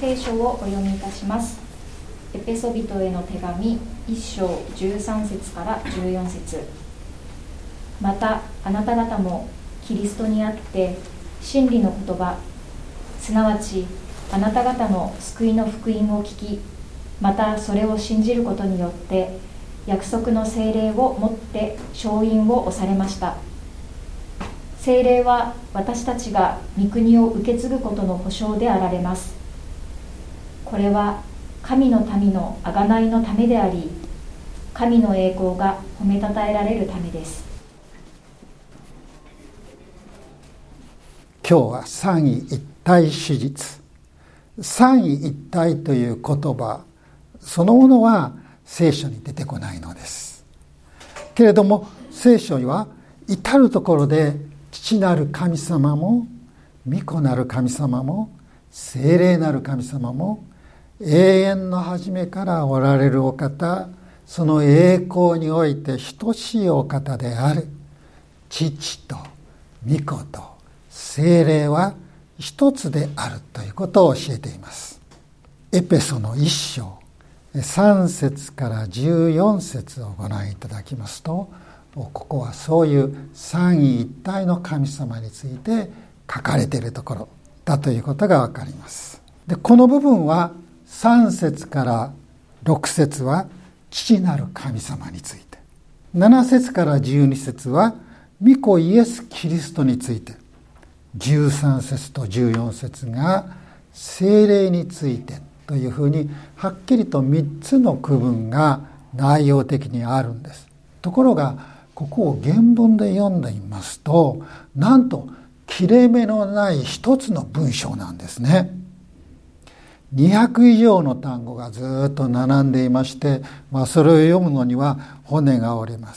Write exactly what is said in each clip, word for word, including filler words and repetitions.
聖書をお読みいたします。エペソビトへの手紙いっ章じゅうさん節からじゅうよん節。またあなた方もキリストにあって真理の言葉、すなわちあなた方の救いの福音を聞き、またそれを信じることによって約束の聖霊をもって承認を押されました。聖霊は私たちが御国を受け継ぐことの保証であられます。これは神の民の贖いのためであり、神の栄光が褒めたたえられるためです。 今日は三位一体手術。三位一体という言葉そのものは聖書に出てこないのです。けれども聖書には至るところで父なる神様も御子なる神様も聖霊なる神様も永遠の初めからおられるお方、その栄光において等しいお方である父と御子と聖霊は一つであるということを教えています。エペソの一章さん節からじゅうよん節をご覧いただきますと、ここはそういう三位一体の神様について書かれているところだということがわかります。で、この部分はさん節からろく節は父なる神様について、なな節からじゅうに節は御子イエス・キリストについて、じゅうさん節とじゅうよん節が聖霊についてというふうにはっきりとみっつの区分が内容的にあるんです。ところがここを原文で読んでみますと、なんと切れ目のない一つの文章なんですね。にひゃく以上の単語がずっと並んでいまして、まあ、それを読むのには骨が折れます。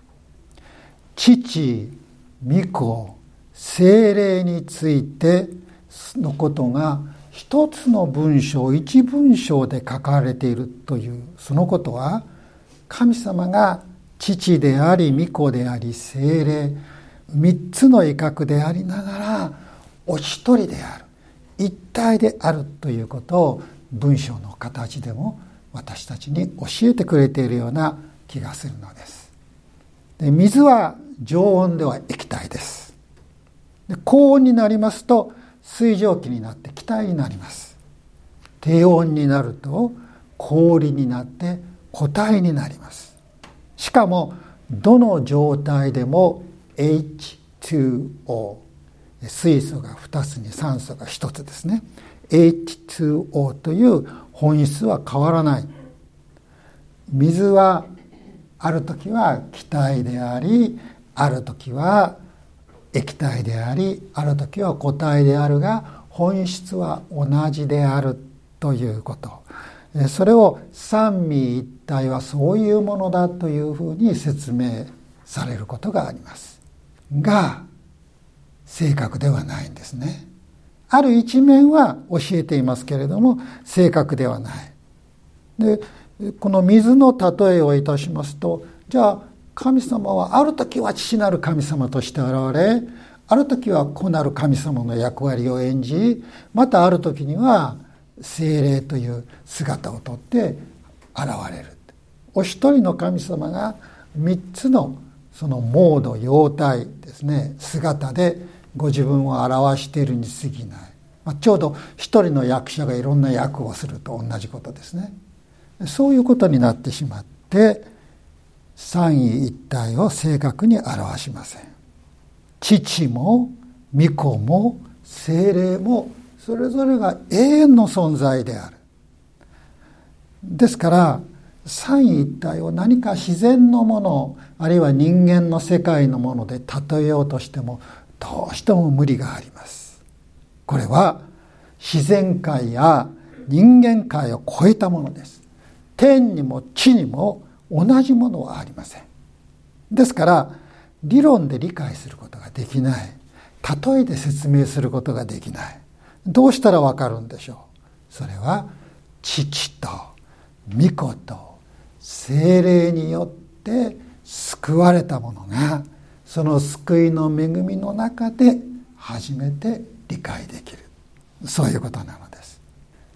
父、御子、聖霊についてのことが一つの文章、一文章で書かれているという、そのことは神様が父であり御子であり聖霊、三つの威嚇でありながらお一人である、一体であるということを文章の形でも私たちに教えてくれているような気がするのです。で、水は常温では液体です。で、高温になりますと水蒸気になって気体になります。低温になると氷になって固体になります。しかもどの状態でも エイチツーオー、 水素がふたつに酸素がひとつですね。 エイチツーオー という本質は変わらない。水はある時は気体であり、ある時は液体であり、ある時は固体であるが本質は同じであるということ、それを三位一体はそういうものだというふうに説明されることがありますが、正確ではないんですね。ある一面は教えていますけれども正確ではない。で、この水の例えをいたしますと、じゃあ神様はある時は父なる神様として現れ、ある時は子なる神様の役割を演じ、またある時には聖霊という姿をとって現れる。お一人の神様が三つのそのモード、様態ですね、姿でご自分を表しているに過ぎない。まあ、ちょうど一人の役者がいろんな役をすると同じことですね。そういうことになってしまって三位一体を正確に表しません。父も御子も聖霊もそれぞれが永遠の存在である。ですから三位一体を何か自然のもの、あるいは人間の世界のもので例えようとしてもどうしても無理があります。これは自然界や人間界を超えたものです。天にも地にも同じものはありません。ですから理論で理解することができない。例えで説明することができない。どうしたらわかるんでしょう。それは父と御子と聖霊によって救われたものが、その救いの恵みの中で初めて理解できる。そういうことなのです。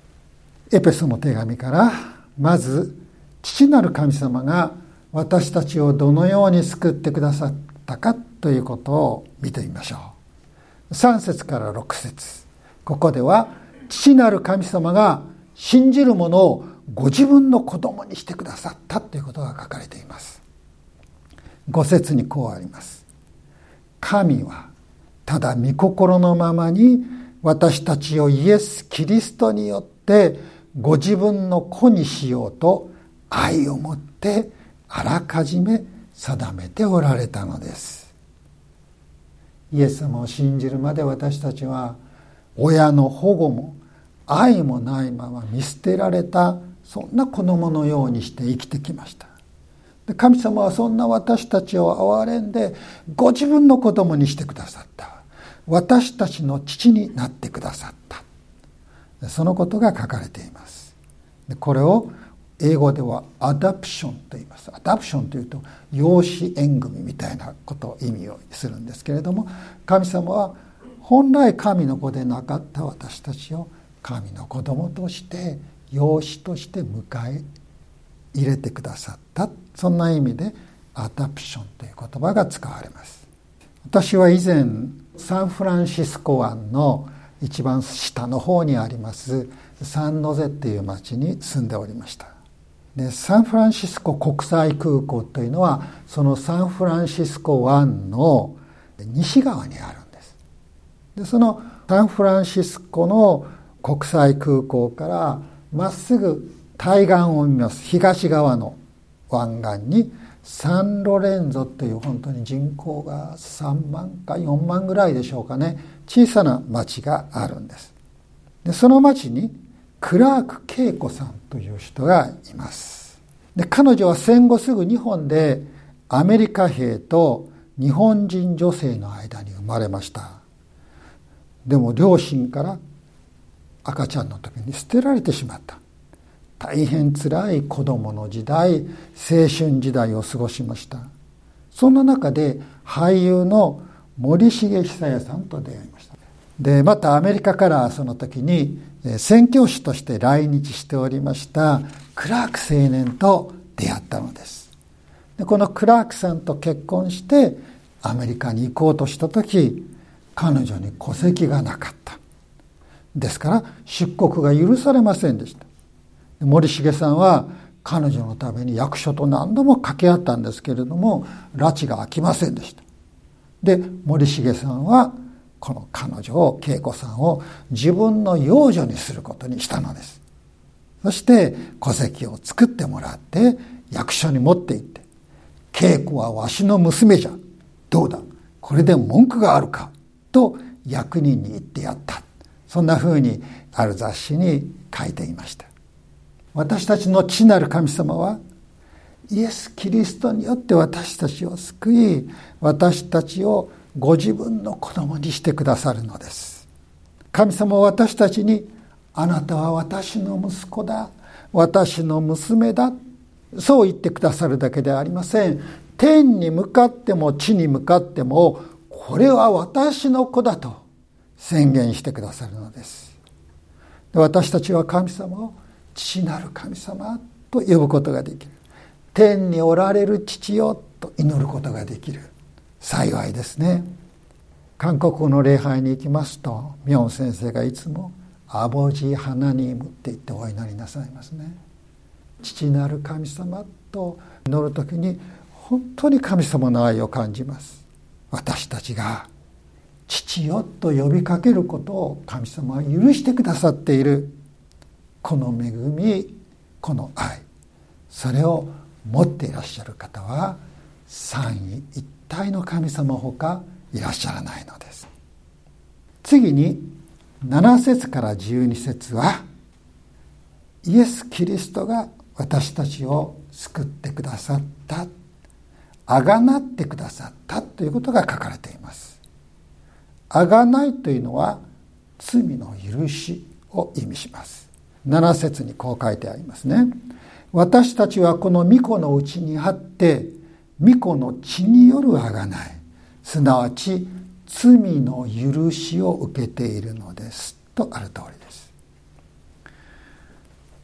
エペソの手紙からまず父なる神様が私たちをどのように救ってくださったかということを見てみましょう。さん節からろく節、ここでは父なる神様が信じる者をご自分の子供にしてくださったということが書かれています。ご節にこうあります。神はただ御心のままに私たちをイエス・キリストによってご自分の子にしようと愛をもってあらかじめ定めておられたのです。イエス様を信じるまで私たちは親の保護も愛もないまま見捨てられた、そんな子供のようにして生きてきました。で、神様はそんな私たちを憐れんでご自分の子供にしてくださった。私たちの父になってくださった。そのことが書かれています。で、これを英語ではアダプションと言います。アダプションというと養子縁組みたいなことを意味をするんですけれども、神様は本来神の子でなかった私たちを神の子供として養子として迎え入れてくださった、そんな意味でアダプションという言葉が使われます。私は以前サンフランシスコ湾の一番下の方にありますサンノゼっていう町に住んでおりました。で、サンフランシスコ国際空港というのはそのサンフランシスコ湾の西側にあるんです。で、そのサンフランシスコの国際空港からまっすぐ対岸を見ます東側の湾岸にサンロレンゾという本当に人口がさんまんかよんまんぐらいでしょうかね、小さな町があるんです。で、その町にクラーク恵子さんという人がいます。で、彼女は戦後すぐ日本でアメリカ兵と日本人女性の間に生まれました。でも両親から赤ちゃんの時に捨てられてしまった。大変つらい子供の時代、青春時代を過ごしました。そんな中で俳優の森重久彌さんと出会いました。で、またアメリカからその時に宣教師として来日しておりましたクラーク青年と出会ったのです。で、このクラークさんと結婚してアメリカに行こうとした時、彼女に戸籍がなかった。ですから出国が許されませんでした。森重さんは彼女のために役所と何度も掛け合ったんですけれども、拉致が開きませんでした。で、森重さんはこの彼女を、恵子さんを自分の養女にすることにしたのです。そして戸籍を作ってもらって役所に持って行って、恵子はわしの娘じゃ、どうだ、これで文句があるかと役人に言ってやった。そんな風にある雑誌に書いていました。私たちの父なる神様はイエス・キリストによって私たちを救い、私たちをご自分の子供にしてくださるのです。神様は私たちに、あなたは私の息子だ、私の娘だ、そう言ってくださるだけではありません。天に向かっても地に向かっても、これは私の子だと宣言してくださるのです。で、私たちは神様を父なる神様と呼ぶことができる。天におられる父よと祈ることができる。幸いですね。韓国語の礼拝に行きますと、ミョン先生がいつもアボジハナニームって言ってお祈りなさいますね。父なる神様と祈るときに本当に神様の愛を感じます。私たちが父よと呼びかけることを神様は許してくださっている。この恵み、この愛、それを持っていらっしゃる方は三位一体の神様ほかいらっしゃらないのです。次になな節からじゅうに節は、イエス・キリストが私たちを救ってくださった、あがなってくださったということが書かれています。あがないというのは罪の許しを意味します。なな節にこう書いてありますね。私たちはこの御子のうちにあって御子の血によるあがない、すなわち罪の許しを受けているのですとある通りです。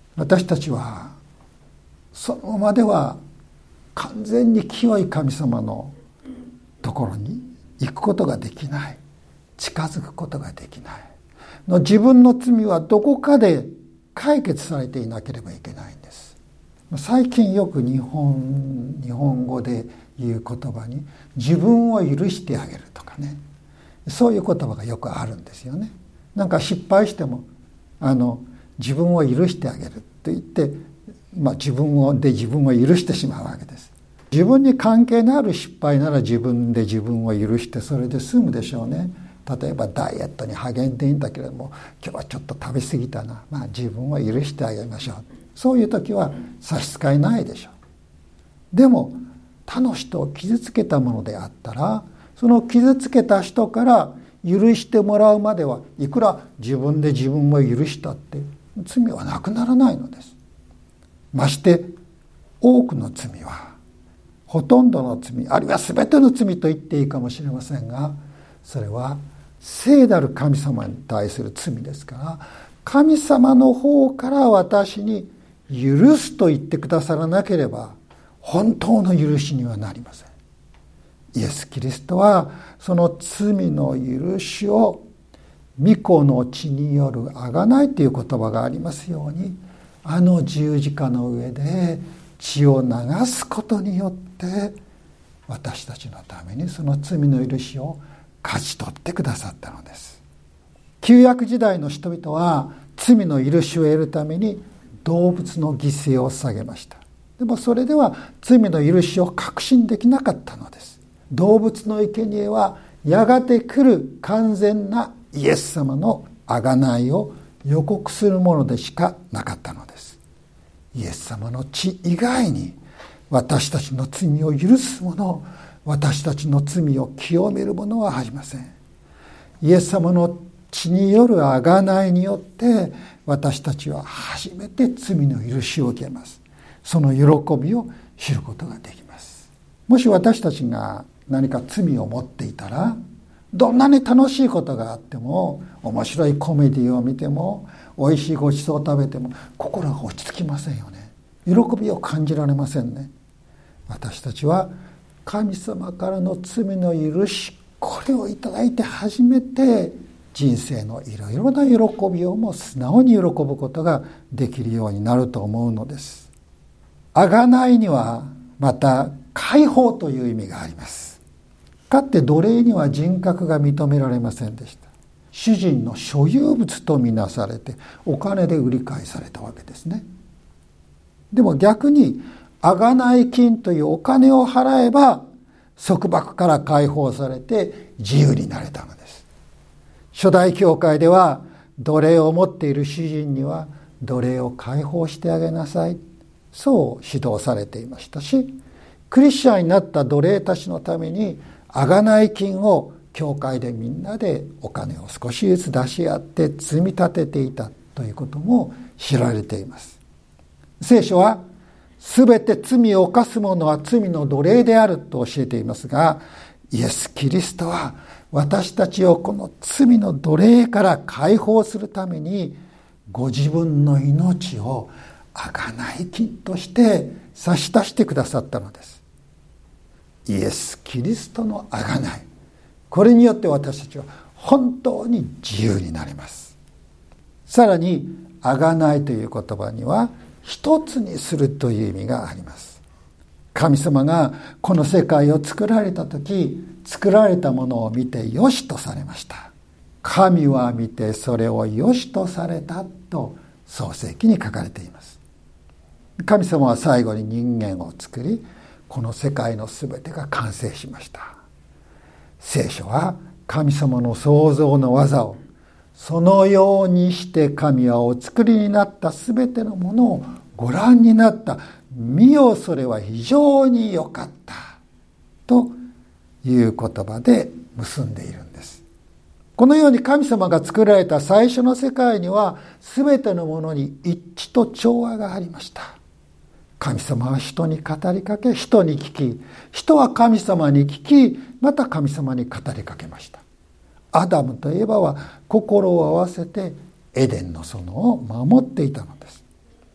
私たちはそのままでは完全に清い神様のところに行くことができない、近づくことができないの、自分の罪はどこかで解決されていなければいけないんです。最近よく日本日本語で言う言葉に自分を許してあげるとかね、そういう言葉がよくあるんですよね。なんか失敗してもあの自分を許してあげると言って、まあ、自分をで自分を許してしまうわけです。自分に関係のある失敗なら自分で自分を許してそれで済むでしょうね。例えばダイエットに励んでいいんだけれども、今日はちょっと食べ過ぎたな、まあ自分を許してあげましょう。そういう時は差し支えないでしょう。でも他の人を傷つけたものであったら、その傷つけた人から許してもらうまではいくら自分で自分を許したって罪はなくならないのです。まして多くの罪は、ほとんどの罪、あるいは全ての罪と言っていいかもしれませんが、それは聖なる神様に対する罪ですから、神様の方から私に許すと言ってくださらなければ本当の許しにはなりません。イエス・キリストはその罪の許しを御子の血による贖いという言葉がありますように、あの十字架の上で血を流すことによって私たちのためにその罪の許しを勝ち取ってくださったのです。旧約時代の人々は罪の許しを得るために動物の犠牲を捧げました。でもそれでは罪の許しを確信できなかったのです。動物の生贄はやがて来る完全なイエス様の贖いを予告するものでしかなかったのです。イエス様の血以外に私たちの罪を許すもの、私たちの罪を清めるものはありません。イエス様の血による贖いによって私たちは初めて罪の許しを受けます。その喜びを知ることができます。もし私たちが何か罪を持っていたら、どんなに楽しいことがあっても、面白いコメディを見ても、おいしいごちそうを食べても心が落ち着きませんよね。喜びを感じられませんね。私たちは神様からの罪の許し、これをいただいて初めて人生のいろいろな喜びをも素直に喜ぶことができるようになると思うのです。贖いにはまた解放という意味があります。かつて奴隷には人格が認められませんでした。主人の所有物とみなされてお金で売り買いされたわけですね。でも逆に贖い金というお金を払えば束縛から解放されて自由になれたのです。初代教会では奴隷を持っている主人には奴隷を解放してあげなさい、そう指導されていましたし、クリスチャンになった奴隷たちのために贖い金を教会でみんなでお金を少しずつ出し合って積み立てていたということも知られています。聖書はすべて罪を犯す者は罪の奴隷であると教えていますが、イエス・キリストは私たちをこの罪の奴隷から解放するためにご自分の命を贖い金として差し出してくださったのです。イエス・キリストの贖い、これによって私たちは本当に自由になります。さらに贖いという言葉には一つにするという意味があります。神様がこの世界を作られた時、作られたものを見て良しとされました。神は見てそれを良しとされたと創世記に書かれています。神様は最後に人間を作り、この世界のすべてが完成しました。聖書は神様の創造の技をそのようにして神はお作りになったすべてのものをご覧になった。見よ、それは非常に良かったという言葉で結んでいるんです。このように神様が作られた最初の世界にはすべてのものに一致と調和がありました。神様は人に語りかけ、人に聞き、人は神様に聞き、また神様に語りかけました。アダムとエバは心を合わせてエデンの園を守っていたのです。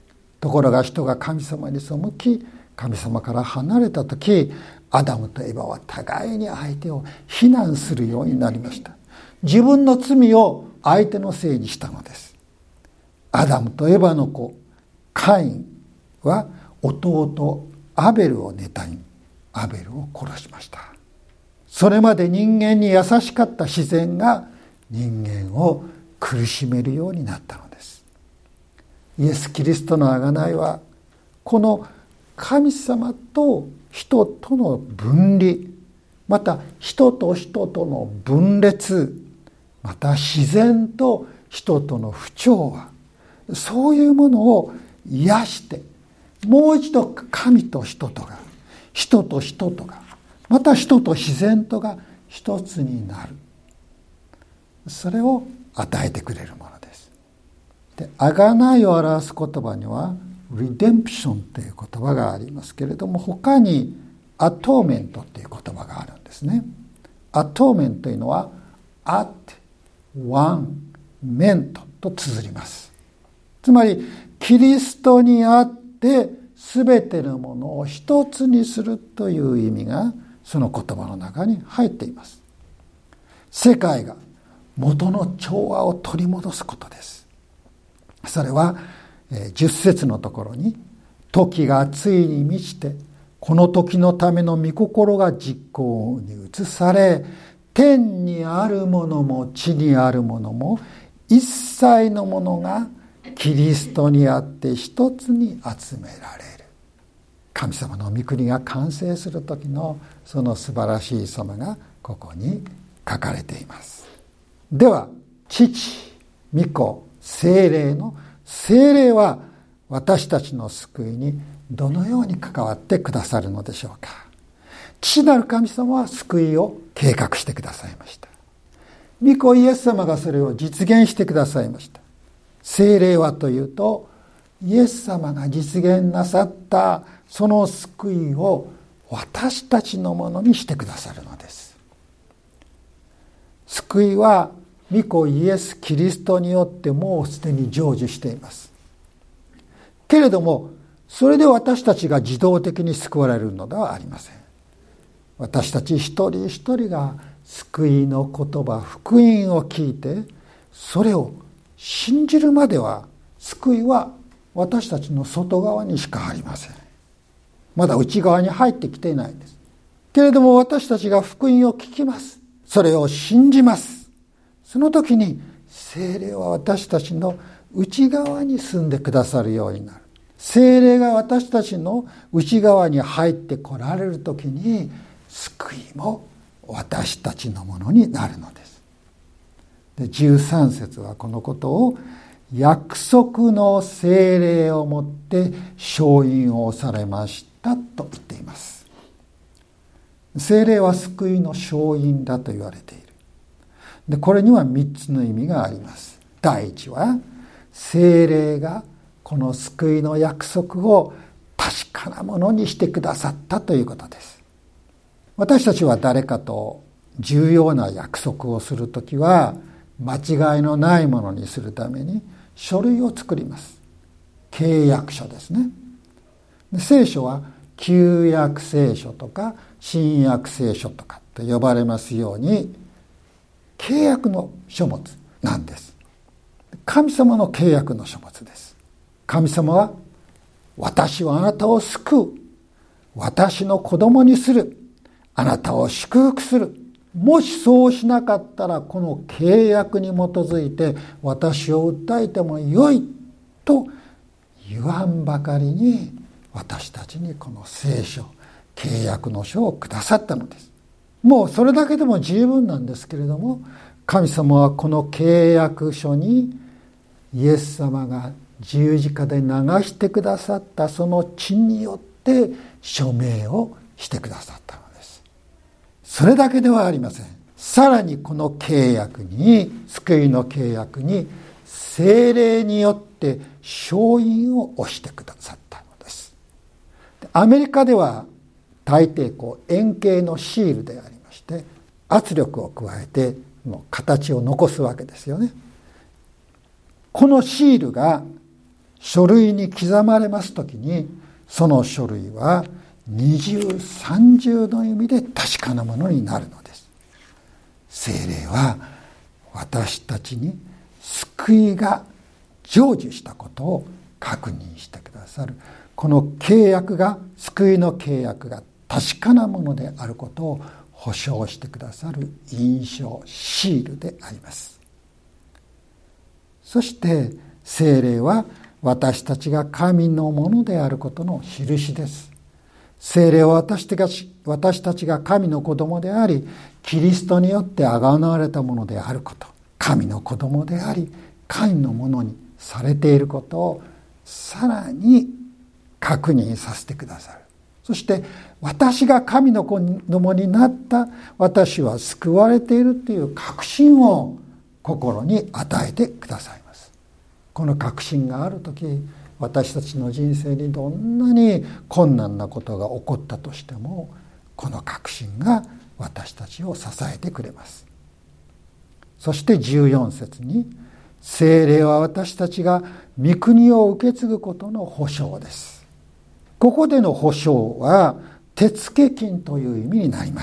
ところが人が神様に背き、神様から離れた時、アダムとエバは互いに相手を非難するようになりました。自分の罪を相手のせいにしたのです。アダムとエバの子カインは弟アベルを妬み、アベルを殺しました。それまで人間に優しかった自然が人間を苦しめるようになったのです。イエス・キリストの贖いはこの神様と人との分離、また人と人との分裂、また自然と人との不調和、そういうものを癒して、もう一度神と人とが、人と人とが、また人と自然とが一つになる。それを与えてくれるものです。で、贖いを表す言葉にはredemptionという言葉がありますけれども、他にアトーメントという言葉があるんですね。アトーメントというのは at one メントと綴ります。つまりキリストにあって全てのものを一つにするという意味がその言葉の中に入っています。世界が元の調和を取り戻すことです。それはじゅっ節のところに、時がついに満ちてこの時のための御心が実行に移され、天にあるものも地にあるものも一切のものがキリストにあって一つに集められる。神様の御国が完成する時のその素晴らしい様がここに書かれています。では、父、御子、聖霊の聖霊は私たちの救いにどのように関わってくださるのでしょうか。父なる神様は救いを計画してくださいました。御子イエス様がそれを実現してくださいました。聖霊はというと、イエス様が実現なさったその救いを私たちのものにしてくださるのです。救いは御子イエス・キリストによってもうすでに成就しています。けれども、それで私たちが自動的に救われるのではありません。私たち一人一人が救いの言葉、福音を聞いて、それを信じるまでは、救いは私たちの外側にしかありません。まだ内側に入ってきていないんです。けれども私たちが福音を聞きます。それを信じます。その時に聖霊は私たちの内側に住んでくださるようになる。聖霊が私たちの内側に入ってこられる時に、救いも私たちのものになるのです。で、じゅうさん節はこのことを約束の聖霊をもって承認をされましたと言っています。聖霊は救いの承認だと言われている。で、これにはみっつの意味があります。第一は、聖霊がこの救いの約束を確かなものにしてくださったということです。私たちは誰かと重要な約束をするときは、間違いのないものにするために書類を作ります。契約書ですね。で、聖書は旧約聖書とか新約聖書とかと呼ばれますように、契約の書物なんです。神様の契約の書物です。神様は、私はあなたを救う。私の子供にする。あなたを祝福する。もしそうしなかったら、この契約に基づいて私を訴えてもよいと言わんばかりに、私たちにこの聖書、契約の書をくださったのです。もうそれだけでも十分なんですけれども、神様はこの契約書にイエス様が十字架で流してくださったその血によって署名をしてくださったのです。それだけではありません。さらにこの契約に、救いの契約に聖霊によって承認を押してくださったのです。アメリカでは大抵こう円形のシールでありまして、圧力を加えての形を残すわけですよね。このシールが書類に刻まれますときに、その書類は二重三重の意味で確かなものになるのです。聖霊は私たちに救いが成就したことを確認してくださる。この契約が、救いの契約が確かなものであることを保証してくださる印章、シールであります。そして聖霊は私たちが神のものであることの印です。聖霊は私たちが、私たちが神の子供であり、キリストによってあがなわれたものであること、神の子供であり、神のものにされていることをさらに確認させてくださる。そして私が神の子供になった、私は救われているという確信を心に与えてくださいます。この確信があるとき、私たちの人生にどんなに困難なことが起こったとしても、この確信が私たちを支えてくれます。そしてじゅうよん節に、聖霊は私たちが御国を受け継ぐことの保証です。ここでの保証は手付金という意味になります。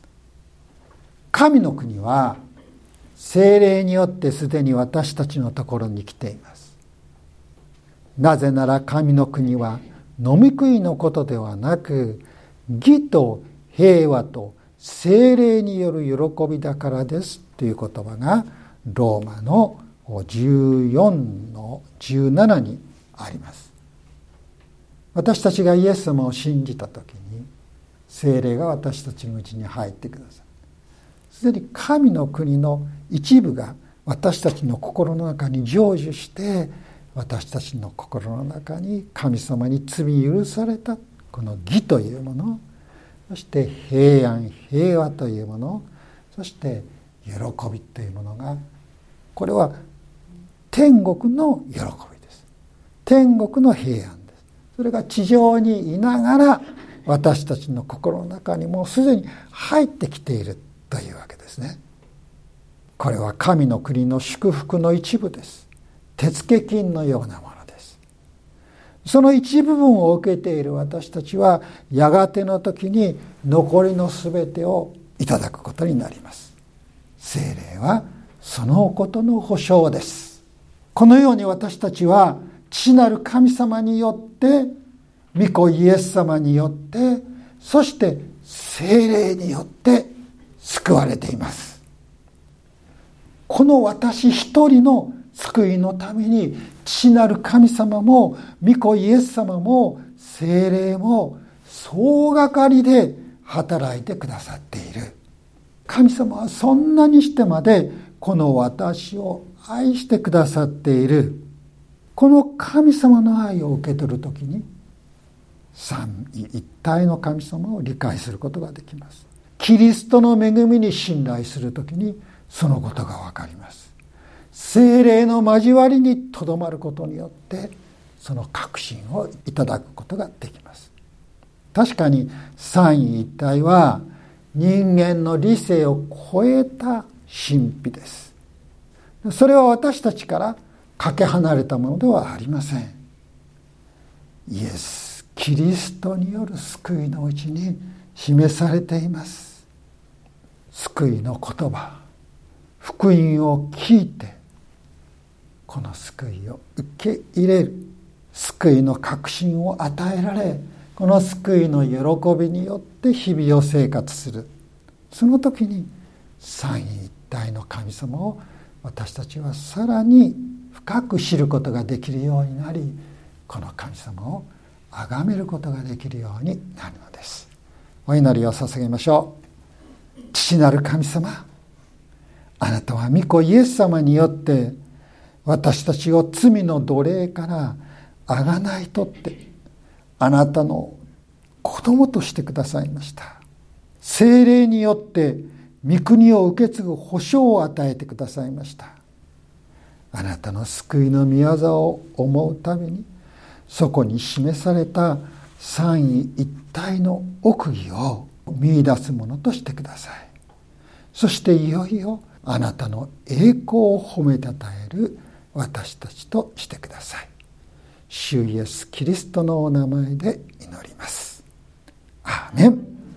神の国は聖霊によってすでに私たちのところに来ています。なぜなら神の国は飲み食いのことではなく、義と平和と聖霊による喜びだからですという言葉がローマのじゅうよんのじゅうななにあります。私たちがイエス様を信じたときに、聖霊が私たちのうちに入ってください。すでに神の国の一部が私たちの心の中に成就して、私たちの心の中に神様に罪許されたこの義というもの、そして平安平和というもの、そして喜びというものが、これは天国の喜びです。天国の平安です。それが地上にいながら私たちの心の中にもすでに入ってきているというわけですね。これは神の国の祝福の一部です。手付金のようなものです。その一部分を受けている私たちは、やがての時に残りのすべてをいただくことになります。聖霊はそのことの保証です。このように私たちは父なる神様によって、御子イエス様によって、そして聖霊によって救われています。この私一人の救いのために、父なる神様も御子イエス様も聖霊も総がかりで働いてくださっている。神様はそんなにしてまでこの私を愛してくださっている。この神様の愛を受け取るときに、三位一体の神様を理解することができます。キリストの恵みに信頼するときにそのことがわかります。聖霊の交わりにとどまることによってその確信をいただくことができます。確かに三位一体は人間の理性を超えた神秘です。それは私たちからかけ離れたものではありません。イエス・キリストによる救いのうちに示されています。救いの言葉、福音を聞いて、この救いを受け入れる、救いの確信を与えられ、この救いの喜びによって日々を生活する。その時に三位一体の神様を私たちはさらに深く知ることができるようになり、この神様を崇めることができるようになるのです。お祈りを捧げましょう。父なる神様、あなたは御子イエス様によって私たちを罪の奴隷からあがない取って、あなたの子供としてくださいました。聖霊によって御国を受け継ぐ保証を与えてくださいました。あなたの救いの御業を思うたびに、そこに示された三位一体の奥義を見出すものとしてください。そしていよいよあなたの栄光を褒めたたえる私たちとしてください。 主イエスキリストのお名前で